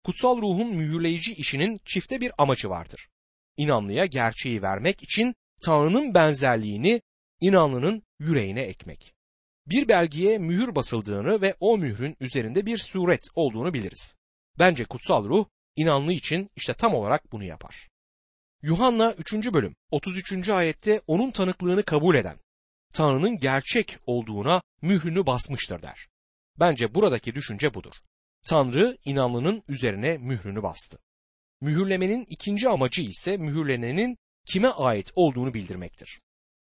Kutsal ruhun mühürleyici işinin çifte bir amacı vardır. İnanlıya gerçeği vermek için Tanrı'nın benzerliğini inanlının yüreğine ekmek. Bir belgeye mühür basıldığını ve o mührün üzerinde bir suret olduğunu biliriz. Bence kutsal ruh inanlı için işte tam olarak bunu yapar. Yuhanna 3. bölüm 33. ayette onun tanıklığını kabul eden, Tanrı'nın gerçek olduğuna mührünü basmıştır der. Bence buradaki düşünce budur. Tanrı inanlının üzerine mührünü bastı. Mühürlemenin ikinci amacı ise mühürlenenin kime ait olduğunu bildirmektir.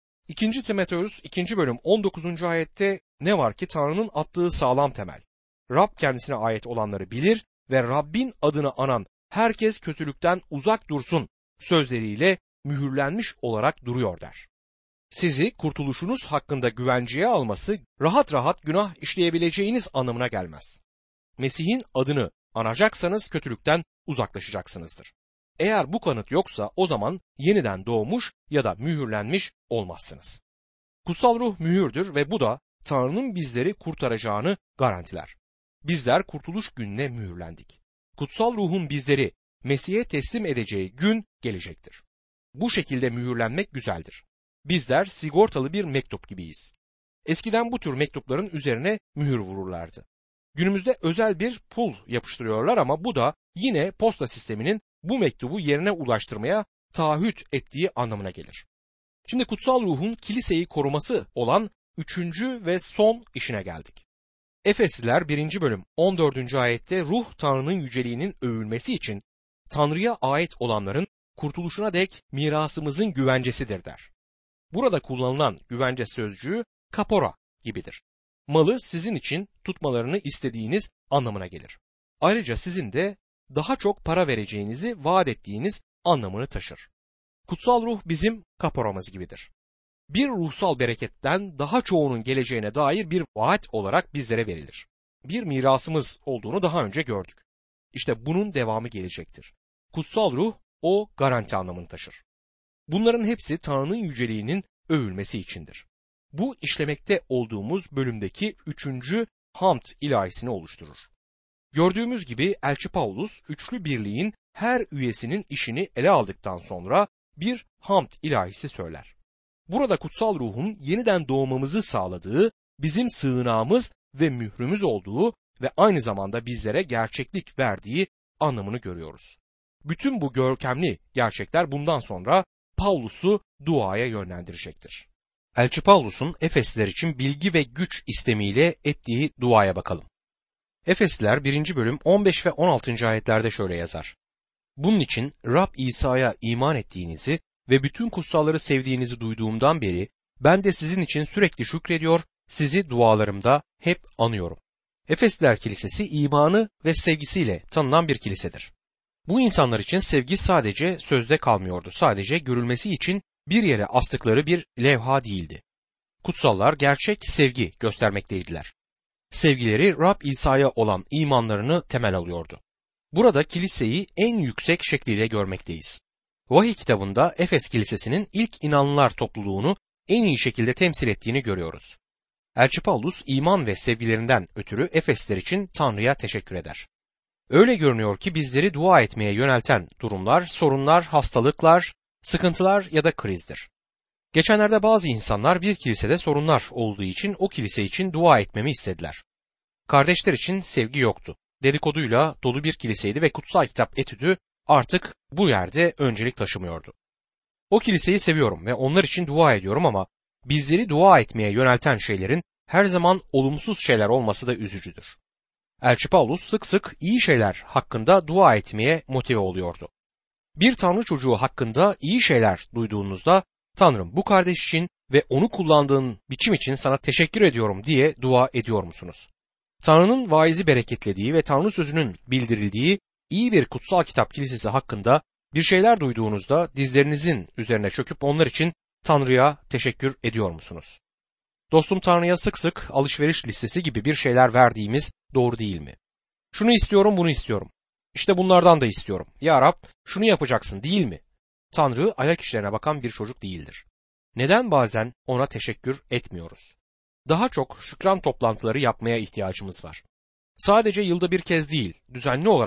2. Timoteus 2. bölüm 19. ayette ne var ki Tanrı'nın attığı sağlam temel. Rab kendisine ait olanları bilir ve Rabbin adını anan herkes kötülükten uzak dursun sözleriyle mühürlenmiş olarak duruyor der. Sizi kurtuluşunuz hakkında güvenceye alması rahat rahat günah işleyebileceğiniz anlamına gelmez. Mesih'in adını anacaksanız kötülükten uzaklaşacaksınızdır. Eğer bu kanıt yoksa o zaman yeniden doğmuş ya da mühürlenmiş olmazsınız. Kutsal ruh mühürdür ve bu da Tanrı'nın bizleri kurtaracağını garantiler. Bizler kurtuluş gününe mühürlendik. Kutsal ruhun bizleri Mesih'e teslim edeceği gün gelecektir. Bu şekilde mühürlenmek güzeldir. Bizler sigortalı bir mektup gibiyiz. Eskiden bu tür mektupların üzerine mühür vururlardı. Günümüzde özel bir pul yapıştırıyorlar ama bu da yine posta sisteminin bu mektubu yerine ulaştırmaya taahhüt ettiği anlamına gelir. Şimdi kutsal ruhun kiliseyi koruması olan 3. ve son işine geldik. Efesliler 1. bölüm 14. ayette ruh Tanrı'nın yüceliğinin övülmesi için Tanrı'ya ait olanların kurtuluşuna dek mirasımızın güvencesidir der. Burada kullanılan güvence sözcüğü kapora gibidir. Malı sizin için tutmalarını istediğiniz anlamına gelir. Ayrıca sizin de daha çok para vereceğinizi vaat ettiğiniz anlamını taşır. Kutsal ruh bizim kaporamız gibidir. Bir ruhsal bereketten daha çoğunun geleceğine dair bir vaat olarak bizlere verilir. Bir mirasımız olduğunu daha önce gördük. İşte bunun devamı gelecektir. Kutsal ruh o garanti anlamını taşır. Bunların hepsi Tanrı'nın yüceliğinin övülmesi içindir. Bu işlemekte olduğumuz bölümdeki 3. hamd ilahisini oluşturur. Gördüğümüz gibi Elçi Pavlus üçlü birliğin her üyesinin işini ele aldıktan sonra bir hamd ilahisi söyler. Burada kutsal ruhun yeniden doğmamızı sağladığı, bizim sığınağımız ve mührümüz olduğu ve aynı zamanda bizlere gerçeklik verdiği anlamını görüyoruz. Bütün bu görkemli gerçekler bundan sonra Pavlus'u duaya yönlendirecektir. Elçi Pavlus'un Efesliler için bilgi ve güç istemiyle ettiği duaya bakalım. Efesliler 1. bölüm 15 ve 16. ayetlerde şöyle yazar. Bunun için Rab İsa'ya iman ettiğinizi ve bütün kutsalları sevdiğinizi duyduğumdan beri ben de sizin için sürekli şükrediyor, sizi dualarımda hep anıyorum. Efesliler Kilisesi imanı ve sevgisiyle tanınan bir kilisedir. Bu insanlar için sevgi sadece sözde kalmıyordu. Sadece görülmesi için bir yere astıkları bir levha değildi. Kutsallar gerçek sevgi göstermekteydiler. Sevgileri Rab İsa'ya olan imanlarını temel alıyordu. Burada kiliseyi en yüksek şekliyle görmekteyiz. Vahiy kitabında Efes Kilisesi'nin ilk inanlılar topluluğunu en iyi şekilde temsil ettiğini görüyoruz. Elçi Pavlus iman ve sevgilerinden ötürü Efesler için Tanrı'ya teşekkür eder. Öyle görünüyor ki bizleri dua etmeye yönelten durumlar, sorunlar, hastalıklar, sıkıntılar ya da krizdir. Geçenlerde bazı insanlar bir kilisede sorunlar olduğu için o kilise için dua etmemi istediler. Kardeşler için sevgi yoktu. Dedikoduyla dolu bir kiliseydi ve kutsal kitap etüdü artık bu yerde öncelik taşımıyordu. O kiliseyi seviyorum ve onlar için dua ediyorum ama bizleri dua etmeye yönelten şeylerin her zaman olumsuz şeyler olması da üzücüdür. Elçi Pavlus sık sık iyi şeyler hakkında dua etmeye motive oluyordu. Bir Tanrı çocuğu hakkında iyi şeyler duyduğunuzda Tanrım bu kardeş için ve onu kullandığın biçim için sana teşekkür ediyorum diye dua ediyor musunuz? Tanrı'nın vaizi bereketlediği ve Tanrı sözünün bildirildiği iyi bir kutsal kitap kilisesi hakkında bir şeyler duyduğunuzda dizlerinizin üzerine çöküp onlar için Tanrı'ya teşekkür ediyor musunuz? Dostum Tanrı'ya sık sık alışveriş listesi gibi bir şeyler verdiğimiz doğru değil mi? Şunu istiyorum, bunu istiyorum. İşte bunlardan da istiyorum. Ya Rab, şunu yapacaksın değil mi? Tanrı ayak işlerine bakan bir çocuk değildir. Neden bazen ona teşekkür etmiyoruz? Daha çok şükran toplantıları yapmaya ihtiyacımız var. Sadece yılda bir kez değil, düzenli olarak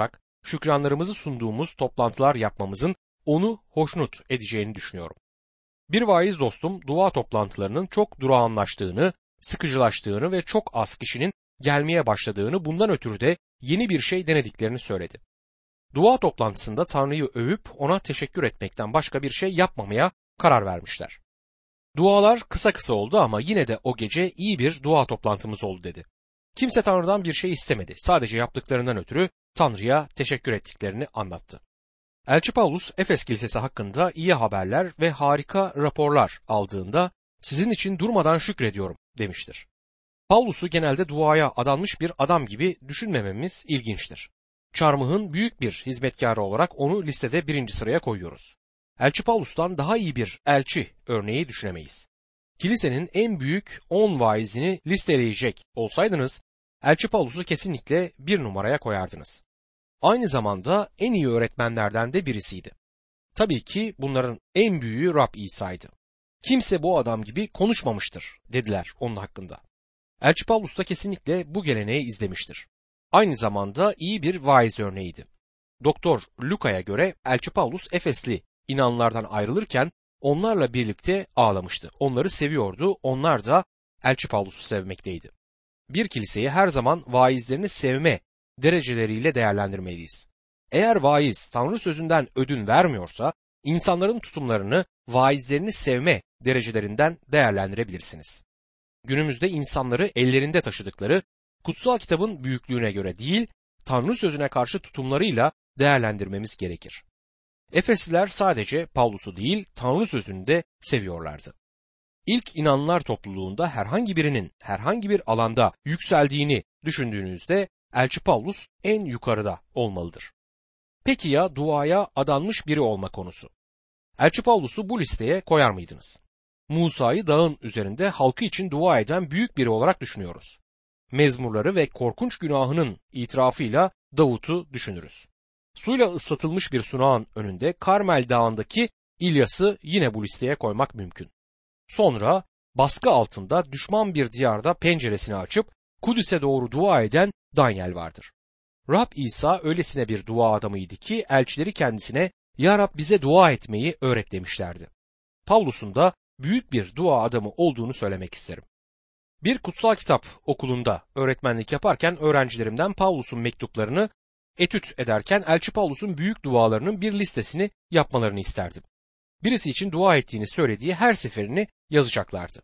şükranlarımızı sunduğumuz toplantılar yapmamızın onu hoşnut edeceğini düşünüyorum. Bir vaiz dostum dua toplantılarının çok durağanlaştığını, sıkıcılaştığını ve çok az kişinin gelmeye başladığını, bundan ötürü de yeni bir şey denediklerini söyledi. Dua toplantısında Tanrı'yı övüp ona teşekkür etmekten başka bir şey yapmamaya karar vermişler. Dualar kısa kısa oldu ama yine de o gece iyi bir dua toplantımız oldu dedi. Kimse Tanrı'dan bir şey istemedi. Sadece yaptıklarından ötürü Tanrı'ya teşekkür ettiklerini anlattı. Elçi Paulus Efes Kilisesi hakkında iyi haberler ve harika raporlar aldığında sizin için durmadan şükrediyorum demiştir. Paulus'u genelde duaya adanmış bir adam gibi düşünmememiz ilginçtir. Çarmıh'ın büyük bir hizmetkarı olarak onu listede 1. sıraya koyuyoruz. Elçi Paulus'tan daha iyi bir elçi örneği düşünemeyiz. Kilisenin en büyük 10 vaizini listeleyecek olsaydınız, Elçi Paulus'u kesinlikle 1 numaraya koyardınız. Aynı zamanda en iyi öğretmenlerden de birisiydi. Tabii ki bunların en büyüğü Rab İsa'ydı. Kimse bu adam gibi konuşmamıştır dediler onun hakkında. Elçi Paulus da kesinlikle bu geleneği izlemiştir. Aynı zamanda iyi bir vaiz örneğiydi. Doktor Luka'ya göre Elçi Paulus Efesli inanlardan ayrılırken onlarla birlikte ağlamıştı. Onları seviyordu, onlar da Elçi Paulus'u sevmekteydi. Bir kiliseyi her zaman vaizlerini sevme dereceleriyle değerlendirmeliyiz. Eğer vaiz Tanrı sözünden ödün vermiyorsa, insanların tutumlarını vaizlerini sevme derecelerinden değerlendirebilirsiniz. Günümüzde insanları ellerinde taşıdıkları kutsal kitabın büyüklüğüne göre değil, Tanrı sözüne karşı tutumlarıyla değerlendirmemiz gerekir. Efesliler sadece Paulus'u değil, Tanrı sözünü de seviyorlardı. İlk inanlılar topluluğunda herhangi birinin herhangi bir alanda yükseldiğini düşündüğünüzde Elçi Paulus en yukarıda olmalıdır. Peki ya duaya adanmış biri olma konusu? Elçi Paulus'u bu listeye koyar mıydınız? Musa'yı dağın üzerinde halkı için dua eden büyük biri olarak düşünüyoruz. Mezmurları ve korkunç günahının itirafıyla Davut'u düşünürüz. Suyla ıslatılmış bir sunağın önünde Karmel Dağı'ndaki İlyas'ı yine bu listeye koymak mümkün. Sonra baskı altında düşman bir diyarda penceresini açıp Kudüs'e doğru dua eden Danyel vardır. Rab İsa öylesine bir dua adamıydı ki elçileri kendisine "Ya Rab bize dua etmeyi öğret" demişlerdi. Pavlus'un da büyük bir dua adamı olduğunu söylemek isterim. Bir kutsal kitap okulunda öğretmenlik yaparken öğrencilerimden Pavlus'un mektuplarını etüt ederken Elçi Pavlus'un büyük dualarının bir listesini yapmalarını isterdim. Birisi için dua ettiğini söylediği her seferini yazacaklardı.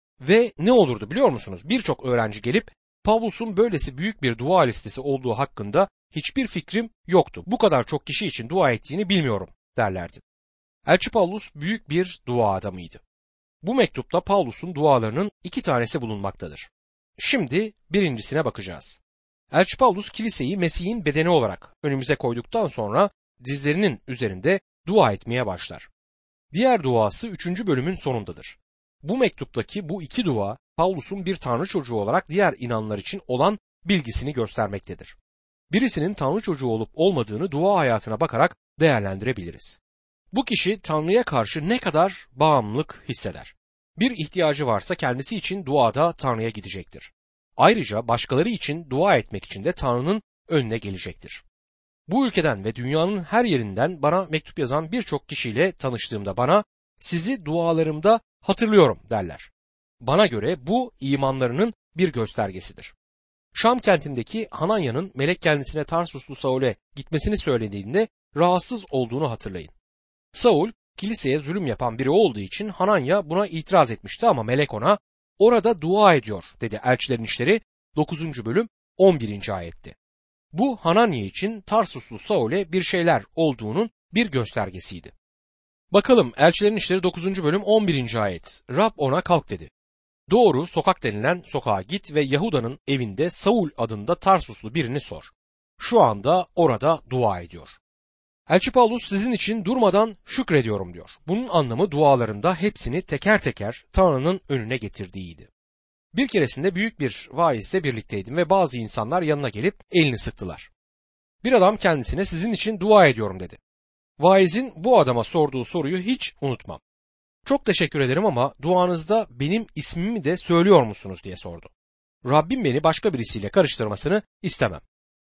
Ve ne olurdu biliyor musunuz? Birçok öğrenci gelip Pavlus'un böylesi büyük bir dua listesi olduğu hakkında hiçbir fikrim yoktu. Bu kadar çok kişi için dua ettiğini bilmiyorum derlerdi. Elçi Pavlus büyük bir dua adamıydı. Bu mektupta Pavlus'un dualarının 2 tanesi bulunmaktadır. Şimdi birincisine bakacağız. Elçi Pavlus kiliseyi Mesih'in bedeni olarak önümüze koyduktan sonra dizlerinin üzerinde dua etmeye başlar. Diğer duası 3. bölümün sonundadır. Bu mektuptaki bu 2 dua Pavlus'un bir Tanrı çocuğu olarak diğer inanlar için olan bilgisini göstermektedir. Birisinin Tanrı çocuğu olup olmadığını dua hayatına bakarak değerlendirebiliriz. Bu kişi Tanrı'ya karşı ne kadar bağımlılık hisseder. Bir ihtiyacı varsa kendisi için duada Tanrı'ya gidecektir. Ayrıca başkaları için dua etmek için de Tanrı'nın önüne gelecektir. Bu ülkeden ve dünyanın her yerinden bana mektup yazan birçok kişiyle tanıştığımda bana "Sizi dualarımda hatırlıyorum" derler. Bana göre bu imanlarının bir göstergesidir. Şam kentindeki Hananya'nın melek kendisine Tarsuslu Saul'e gitmesini söylediğinde rahatsız olduğunu hatırlayın. Saul kiliseye zulüm yapan biri olduğu için Hananya buna itiraz etmişti ama melek ona "Orada dua ediyor" dedi. Elçilerin İşleri 9. bölüm 11. ayetti. Bu Hananya için Tarsuslu Saul'e bir şeyler olduğunun bir göstergesiydi. Bakalım Elçilerin İşleri 9. bölüm 11. ayet. Rab ona "Kalk" dedi. Doğru sokak denilen sokağa git ve Yahuda'nın evinde Saul adında Tarsuslu birini sor. Şu anda orada dua ediyor. Elçi Paulus sizin için durmadan şükrediyorum diyor. Bunun anlamı dualarında hepsini teker teker Tanrı'nın önüne getirdiğiydi. Bir keresinde büyük bir vaizle birlikteydim ve bazı insanlar yanına gelip elini sıktılar. Bir adam kendisine "Sizin için dua ediyorum" dedi. Vaizin bu adama sorduğu soruyu hiç unutmam. "Çok teşekkür ederim ama duanızda benim ismimi de söylüyor musunuz?" diye sordu. Rabbim beni başka birisiyle karıştırmasını istemem.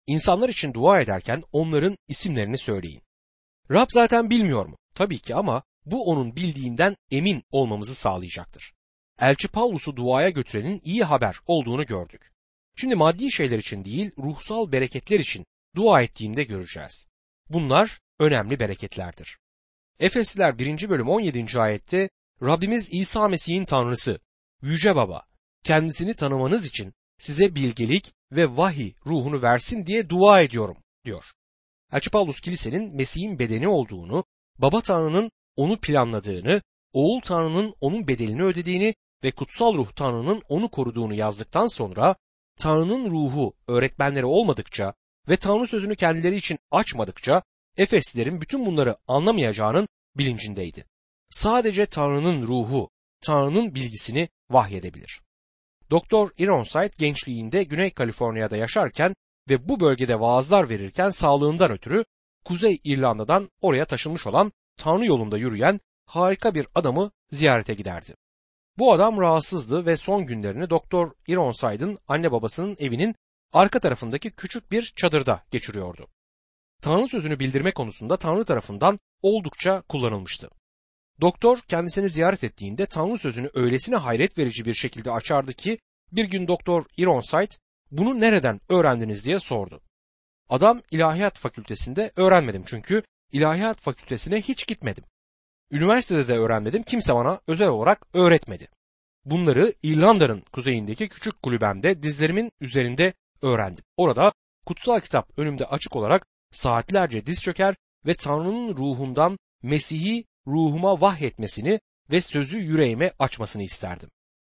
İnsanlar için dua ederken onların isimlerini söyleyin. Rab zaten bilmiyor mu? Tabii ki, ama bu onun bildiğinden emin olmamızı sağlayacaktır. Elçi Pavlus'u duaya götürenin iyi haber olduğunu gördük. Şimdi maddi şeyler için değil, ruhsal bereketler için dua ettiğini de göreceğiz. Bunlar önemli bereketlerdir. Efesliler 1. bölüm 17. ayette Rabbimiz İsa Mesih'in Tanrısı, Yüce Baba, kendisini tanımanız için size bilgelik ve vahiy ruhunu versin diye dua ediyorum diyor. Elçi Pavlus kilisenin Mesih'in bedeni olduğunu, Baba Tanrı'nın onu planladığını, Oğul Tanrı'nın onun bedelini ödediğini ve Kutsal Ruh Tanrı'nın onu koruduğunu yazdıktan sonra Tanrı'nın ruhu öğretmenleri olmadıkça ve Tanrı sözünü kendileri için açmadıkça Efeslilerin bütün bunları anlamayacağının bilincindeydi. Sadece Tanrı'nın ruhu, Tanrı'nın bilgisini vahyedebilir. Doktor Ironside gençliğinde Güney Kaliforniya'da yaşarken ve bu bölgede vaazlar verirken sağlığından ötürü Kuzey İrlanda'dan oraya taşınmış olan Tanrı yolunda yürüyen harika bir adamı ziyarete giderdi. Bu adam rahatsızdı ve son günlerini Doktor Ironside'ın anne babasının evinin arka tarafındaki küçük bir çadırda geçiriyordu. Tanrı sözünü bildirme konusunda Tanrı tarafından oldukça kullanılmıştı. Doktor kendisini ziyaret ettiğinde Tanrı sözünü öylesine hayret verici bir şekilde açardı ki bir gün Doktor Ironside bunu nereden öğrendiniz diye sordu. Adam ilahiyat fakültesinde öğrenmedim çünkü ilahiyat fakültesine hiç gitmedim. Üniversitede de öğrenmedim, kimse bana özel olarak öğretmedi. Bunları İrlanda'nın kuzeyindeki küçük kulübemde dizlerimin üzerinde öğrendim. Orada kutsal kitap önümde açık olarak saatlerce diz çöker ve Tanrı'nın ruhundan Mesih'i ruhuma vahyetmesini ve sözü yüreğime açmasını isterdim.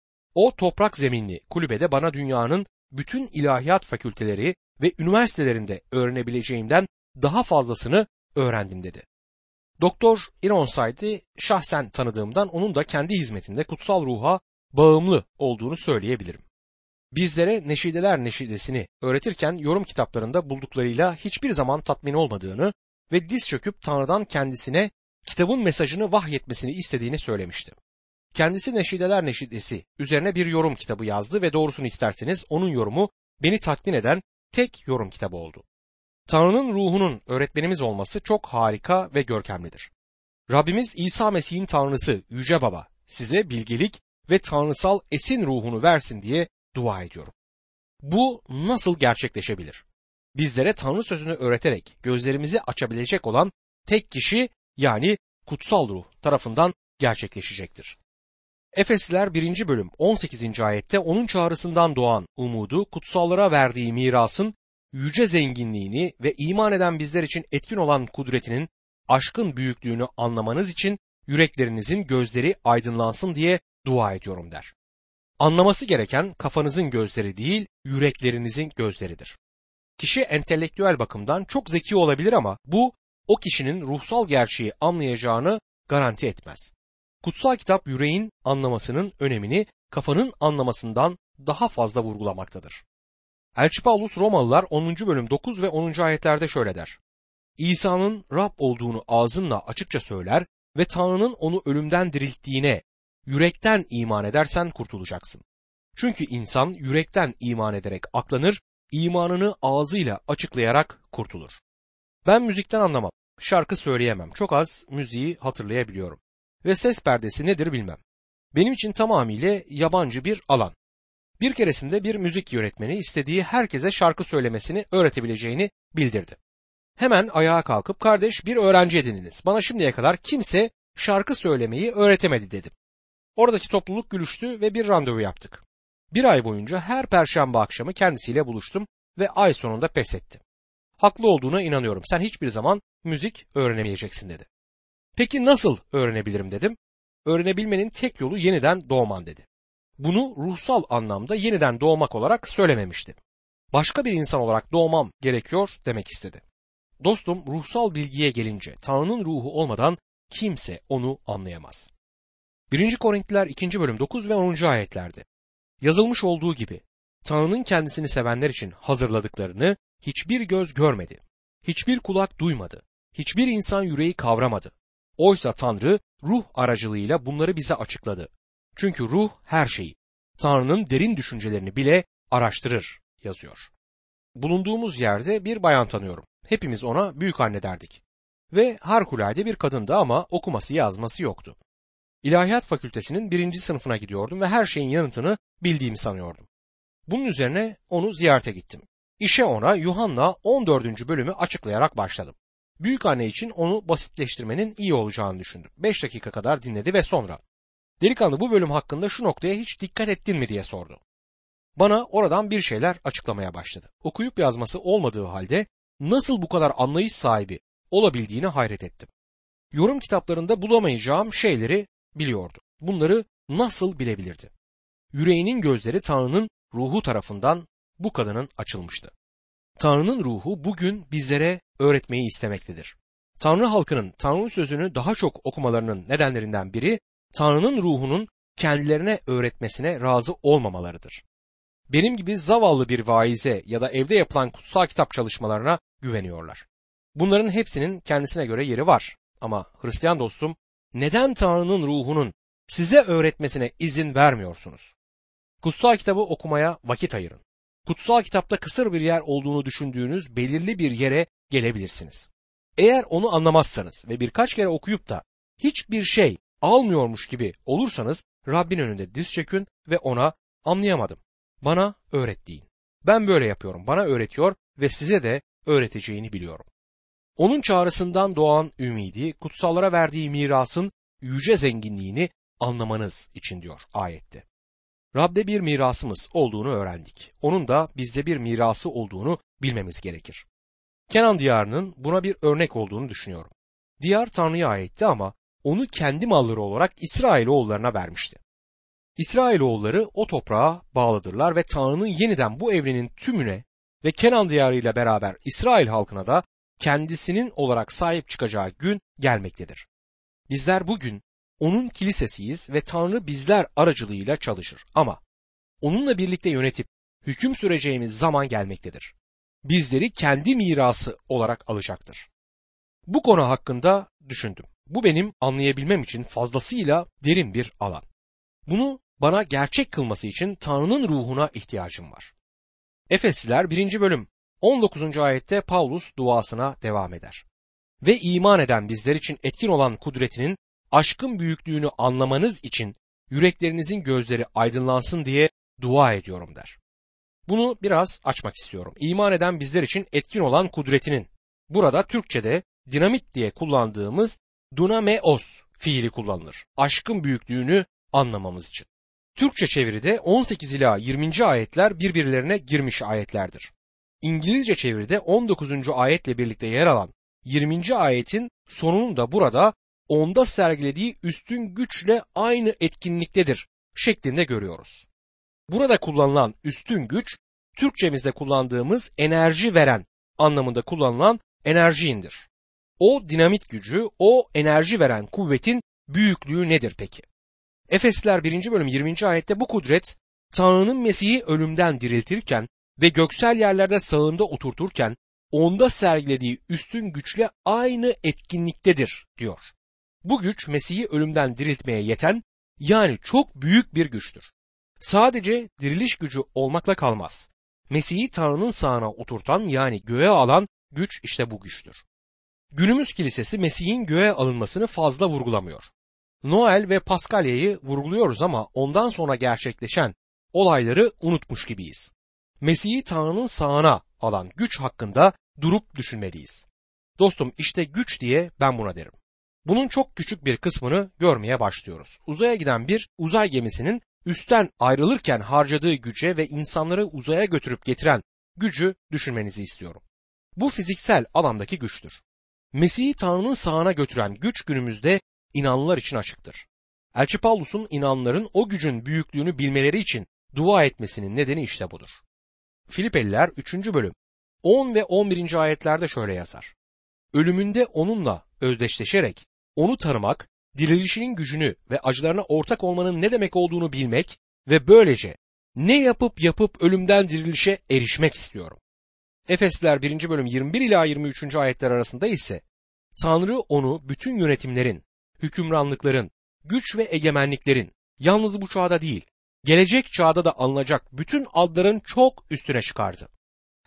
O toprak zeminli kulübede bana dünyanın bütün ilahiyat fakülteleri ve üniversitelerinde öğrenebileceğimden daha fazlasını öğrendim dedi. Doktor Ironside'i şahsen tanıdığımdan onun da kendi hizmetinde kutsal ruha bağımlı olduğunu söyleyebilirim. Bizlere Neşideler Neşidesini öğretirken yorum kitaplarında bulduklarıyla hiçbir zaman tatmin olmadığını ve diz çöküp Tanrı'dan kendisine kitabın mesajını vahyetmesini istediğini söylemişti. Kendisi Neşideler Neşidesi üzerine bir yorum kitabı yazdı ve doğrusunu isterseniz onun yorumu beni tatmin eden tek yorum kitabı oldu. Tanrı'nın ruhunun öğretmenimiz olması çok harika ve görkemlidir. Rabbimiz İsa Mesih'in Tanrısı Yüce Baba size bilgelik ve tanrısal esin ruhunu versin diye dua ediyorum. Bu nasıl gerçekleşebilir? Bizlere Tanrı sözünü öğreterek gözlerimizi açabilecek olan tek kişi yani kutsal ruh tarafından gerçekleşecektir. Efesliler 1. bölüm 18. ayette onun çağrısından doğan umudu, kutsallara verdiği mirasın yüce zenginliğini ve iman eden bizler için etkin olan kudretinin aşkın büyüklüğünü anlamanız için yüreklerinizin gözleri aydınlansın diye dua ediyorum der. Anlaması gereken kafanızın gözleri değil, yüreklerinizin gözleridir. Kişi entelektüel bakımdan çok zeki olabilir ama bu o kişinin ruhsal gerçeği anlayacağını garanti etmez. Kutsal kitap yüreğin anlamasının önemini kafanın anlamasından daha fazla vurgulamaktadır. Elçi Pavlus Romalılar 10. bölüm 9 ve 10. ayetlerde şöyle der. İsa'nın Rab olduğunu ağzınla açıkça söyler ve Tanrı'nın onu ölümden dirilttiğine yürekten iman edersen kurtulacaksın. Çünkü insan yürekten iman ederek aklanır, imanını ağzıyla açıklayarak kurtulur. Ben müzikten anlamam, şarkı söyleyemem, çok az müziği hatırlayabiliyorum. Ve ses perdesi nedir bilmem. Benim için tamamıyla yabancı bir alan. Bir keresinde bir müzik yönetmeni istediği herkese şarkı söylemesini öğretebileceğini bildirdi. Hemen ayağa kalkıp kardeş bir öğrenci edininiz. Bana şimdiye kadar kimse şarkı söylemeyi öğretemedi dedim. Oradaki topluluk gülüştü ve bir randevu yaptık. Bir ay boyunca her perşembe akşamı kendisiyle buluştum ve ay sonunda pes etti. Haklı olduğuna inanıyorum. Sen hiçbir zaman müzik öğrenemeyeceksin dedi. Peki nasıl öğrenebilirim dedim. Öğrenebilmenin tek yolu yeniden doğman dedi. Bunu ruhsal anlamda yeniden doğmak olarak söylememişti. Başka bir insan olarak doğmam gerekiyor demek istedi. Dostum, ruhsal bilgiye gelince Tanrı'nın ruhu olmadan kimse onu anlayamaz. 1. Korintiler 2. bölüm 9 ve 10. ayetlerde yazılmış olduğu gibi Tanrı'nın kendisini sevenler için hazırladıklarını hiçbir göz görmedi, hiçbir kulak duymadı, hiçbir insan yüreği kavramadı. Oysa Tanrı ruh aracılığıyla bunları bize açıkladı. Çünkü ruh her şeyi, Tanrı'nın derin düşüncelerini bile araştırır yazıyor. bulunduğumuz yerde bir bayan tanıyorum. Hepimiz ona büyük anne derdik. Ve harikulade bir kadındı ama okuması yazması yoktu. İlahiyat Fakültesinin 1. sınıfına gidiyordum ve her şeyin yanıtını bildiğimi sanıyordum. Bunun üzerine onu ziyarete gittim. İşe ona Yuhanna 14. bölümü açıklayarak başladım. Büyük anne için onu basitleştirmenin iyi olacağını düşündüm. 5 dakika kadar dinledi ve sonra "Delikanlı, bu bölüm hakkında şu noktaya hiç dikkat ettin mi?" diye sordu. Bana oradan bir şeyler açıklamaya başladı. Okuyup yazması olmadığı halde nasıl bu kadar anlayış sahibi olabildiğine hayret ettim. Yorum kitaplarında bulamayacağım şeyleri biliyordu. Bunları nasıl bilebilirdi? Yüreğinin gözleri Tanrı'nın ruhu tarafından bu kadının açılmıştı. Tanrı'nın ruhu bugün bizlere öğretmeyi istemektedir. Tanrı halkının Tanrı sözünü daha çok okumalarının nedenlerinden biri Tanrı'nın ruhunun kendilerine öğretmesine razı olmamalarıdır. Benim gibi zavallı bir vaize ya da evde yapılan kutsal kitap çalışmalarına güveniyorlar. Bunların hepsinin kendisine göre yeri var. Ama Hristiyan dostum, neden Tanrı'nın ruhunun size öğretmesine izin vermiyorsunuz? Kutsal kitabı okumaya vakit ayırın. Kutsal kitapta kısır bir yer olduğunu düşündüğünüz belirli bir yere gelebilirsiniz. Eğer onu anlamazsanız ve birkaç kere okuyup da hiçbir şey almıyormuş gibi olursanız Rabbin önünde diz çökün ve ona "Anlayamadım, bana öğret" deyin. Ben böyle yapıyorum, bana öğretiyor ve size de öğreteceğini biliyorum. Onun çağrısından doğan ümidi, kutsallara verdiği mirasın yüce zenginliğini anlamanız için diyor ayette. Rab'de bir mirasımız olduğunu öğrendik. Onun da bizde bir mirası olduğunu bilmemiz gerekir. Kenan diyarının buna bir örnek olduğunu düşünüyorum. Diyar Tanrı'ya aitti ama onu kendi malları olarak İsrailoğullarına vermişti. İsrailoğulları o toprağa bağlıdırlar ve Tanrı'nın yeniden bu evrenin tümüne ve Kenan diyarıyla beraber İsrail halkına da kendisinin olarak sahip çıkacağı gün gelmektedir. Bizler bugün onun kilisesiyiz ve Tanrı bizler aracılığıyla çalışır. Ama onunla birlikte yönetip hüküm süreceğimiz zaman gelmektedir. Bizleri kendi mirası olarak alacaktır. Bu konu hakkında düşündüm. Bu benim anlayabilmem için fazlasıyla derin bir alan. Bunu bana gerçek kılması için Tanrı'nın ruhuna ihtiyacım var. Efesliler 1. bölüm 19. ayette Pavlus duasına devam eder. Ve iman eden bizler için etkin olan kudretinin aşkın büyüklüğünü anlamanız için yüreklerinizin gözleri aydınlansın diye dua ediyorum der. Bunu biraz açmak istiyorum. İman eden bizler için etkin olan kudretinin, burada Türkçe'de dinamit diye kullandığımız dunameos fiili kullanılır. Aşkın büyüklüğünü anlamamız için. Türkçe çeviride 18 ila 20. ayetler birbirlerine girmiş ayetlerdir. İngilizce çeviride 19. ayetle birlikte yer alan 20. ayetin sonunun da burada onda sergilediği üstün güçle aynı etkinliktedir şeklinde görüyoruz. Burada kullanılan üstün güç, Türkçemizde kullandığımız enerji veren anlamında kullanılan enerjindir. O dinamit gücü, o enerji veren kuvvetin büyüklüğü nedir peki? Efesliler 1. bölüm 20. ayette bu kudret, Tanrı'nın Mesih'i ölümden diriltirken ve göksel yerlerde sağında oturturken onda sergilediği üstün güçle aynı etkinliktedir diyor. Bu güç Mesih'i ölümden diriltmeye yeten, yani çok büyük bir güçtür. Sadece diriliş gücü olmakla kalmaz. Mesih'i Tanrı'nın sağına oturtan, yani göğe alan güç işte bu güçtür. Günümüz kilisesi Mesih'in göğe alınmasını fazla vurgulamıyor. Noel ve Paskalya'yı vurguluyoruz ama ondan sonra gerçekleşen olayları unutmuş gibiyiz. Mesih'i Tanrı'nın sağına alan güç hakkında durup düşünmeliyiz. Dostum, işte güç diye ben buna derim. Bunun çok küçük bir kısmını görmeye başlıyoruz. Uzaya giden bir uzay gemisinin üstten ayrılırken harcadığı güce ve insanları uzaya götürüp getiren gücü düşünmenizi istiyorum. Bu fiziksel alandaki güçtür. Mesih'i Tanrı'nın sağına götüren güç günümüzde inanlılar için açıktır. Elçi Pavlus'un inanlıların o gücün büyüklüğünü bilmeleri için dua etmesinin nedeni işte budur. Filipeliler 3. bölüm 10 ve 11. ayetlerde şöyle yazar. Ölümünde onunla özdeşleşerek onu tanımak, dirilişinin gücünü ve acılarına ortak olmanın ne demek olduğunu bilmek ve böylece ne yapıp ölümden dirilişe erişmek istiyorum. Efesliler 1. bölüm 21 ila 23. ayetler arasında ise Tanrı onu bütün yönetimlerin, hükümranlıkların, güç ve egemenliklerin, yalnız bu çağda değil, gelecek çağda da alınacak bütün adların çok üstüne çıkardı.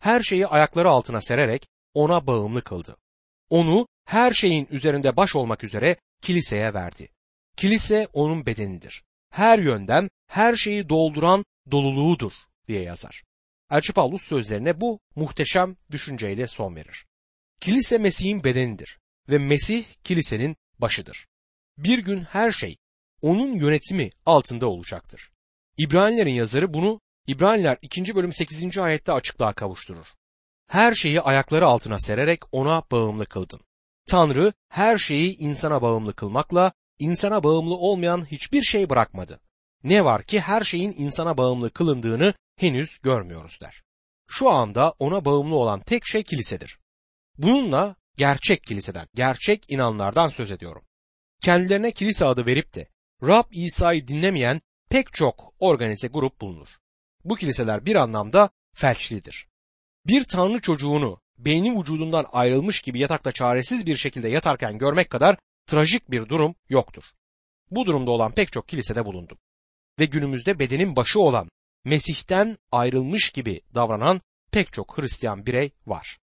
her şeyi ayakları altına sererek ona bağımlı kıldı. Onu her şeyin üzerinde baş olmak üzere kiliseye verdi. Kilise onun bedenidir. Her yönden her şeyi dolduran doluluğudur diye yazar. Elçi Pavlus sözlerine bu muhteşem düşünceyle son verir. Kilise Mesih'in bedenidir ve Mesih kilisenin başıdır. Bir gün her şey onun yönetimi altında olacaktır. İbranilerin yazarı bunu İbraniler 2. bölüm 8. ayette açıklığa kavuşturur. Her şeyi ayakları altına sererek ona bağımlı kıldın. Tanrı her şeyi insana bağımlı kılmakla insana bağımlı olmayan hiçbir şey bırakmadı. Ne var ki her şeyin insana bağımlı kılındığını henüz görmüyoruz der. Şu anda ona bağımlı olan tek şey kilisedir. Bununla gerçek kiliseden, gerçek inanlardan söz ediyorum. Kendilerine kilise adı verip de Rab İsa'yı dinlemeyen pek çok organize grup bulunur. Bu kiliseler bir anlamda felçlidir. Bir Tanrı çocuğunu beyni vücudundan ayrılmış gibi yatakta çaresiz bir şekilde yatarken görmek kadar trajik bir durum yoktur. Bu durumda olan pek çok kilisede bulundum. Ve günümüzde bedenin başı olan Mesih'ten ayrılmış gibi davranan pek çok Hristiyan birey var.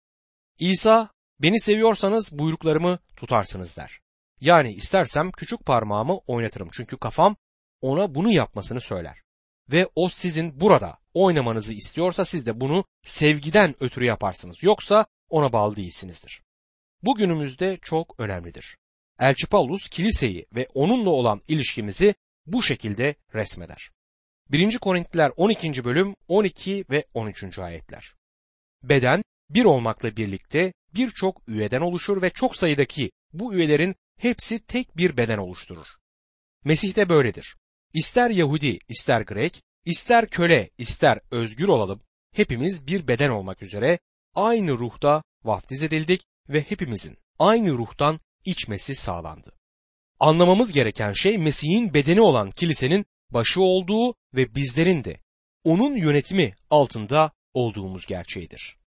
İsa, beni seviyorsanız buyruklarımı tutarsınız der. Yani istersem küçük parmağımı oynatırım çünkü kafam ona bunu yapmasını söyler. Ve o sizin burada oynamanızı istiyorsa siz de bunu sevgiden ötürü yaparsınız. Yoksa ona bağlı değilsinizdir. Bu günümüzde çok önemlidir. Elçi Pavlus kiliseyi ve onunla olan ilişkimizi bu şekilde resmeder. 1. Korintliler 12. bölüm 12 ve 13. ayetler. Beden bir olmakla birlikte birçok üyeden oluşur ve çok sayıdaki bu üyelerin hepsi tek bir beden oluşturur. Mesih de böyledir. İster Yahudi, ister Grek, ister köle, ister özgür olalım, hepimiz bir beden olmak üzere aynı ruhta vaftiz edildik ve hepimizin aynı ruhtan içmesi sağlandı. Anlamamız gereken şey Mesih'in bedeni olan kilisenin başı olduğu ve bizlerin de onun yönetimi altında olduğumuz gerçeğidir.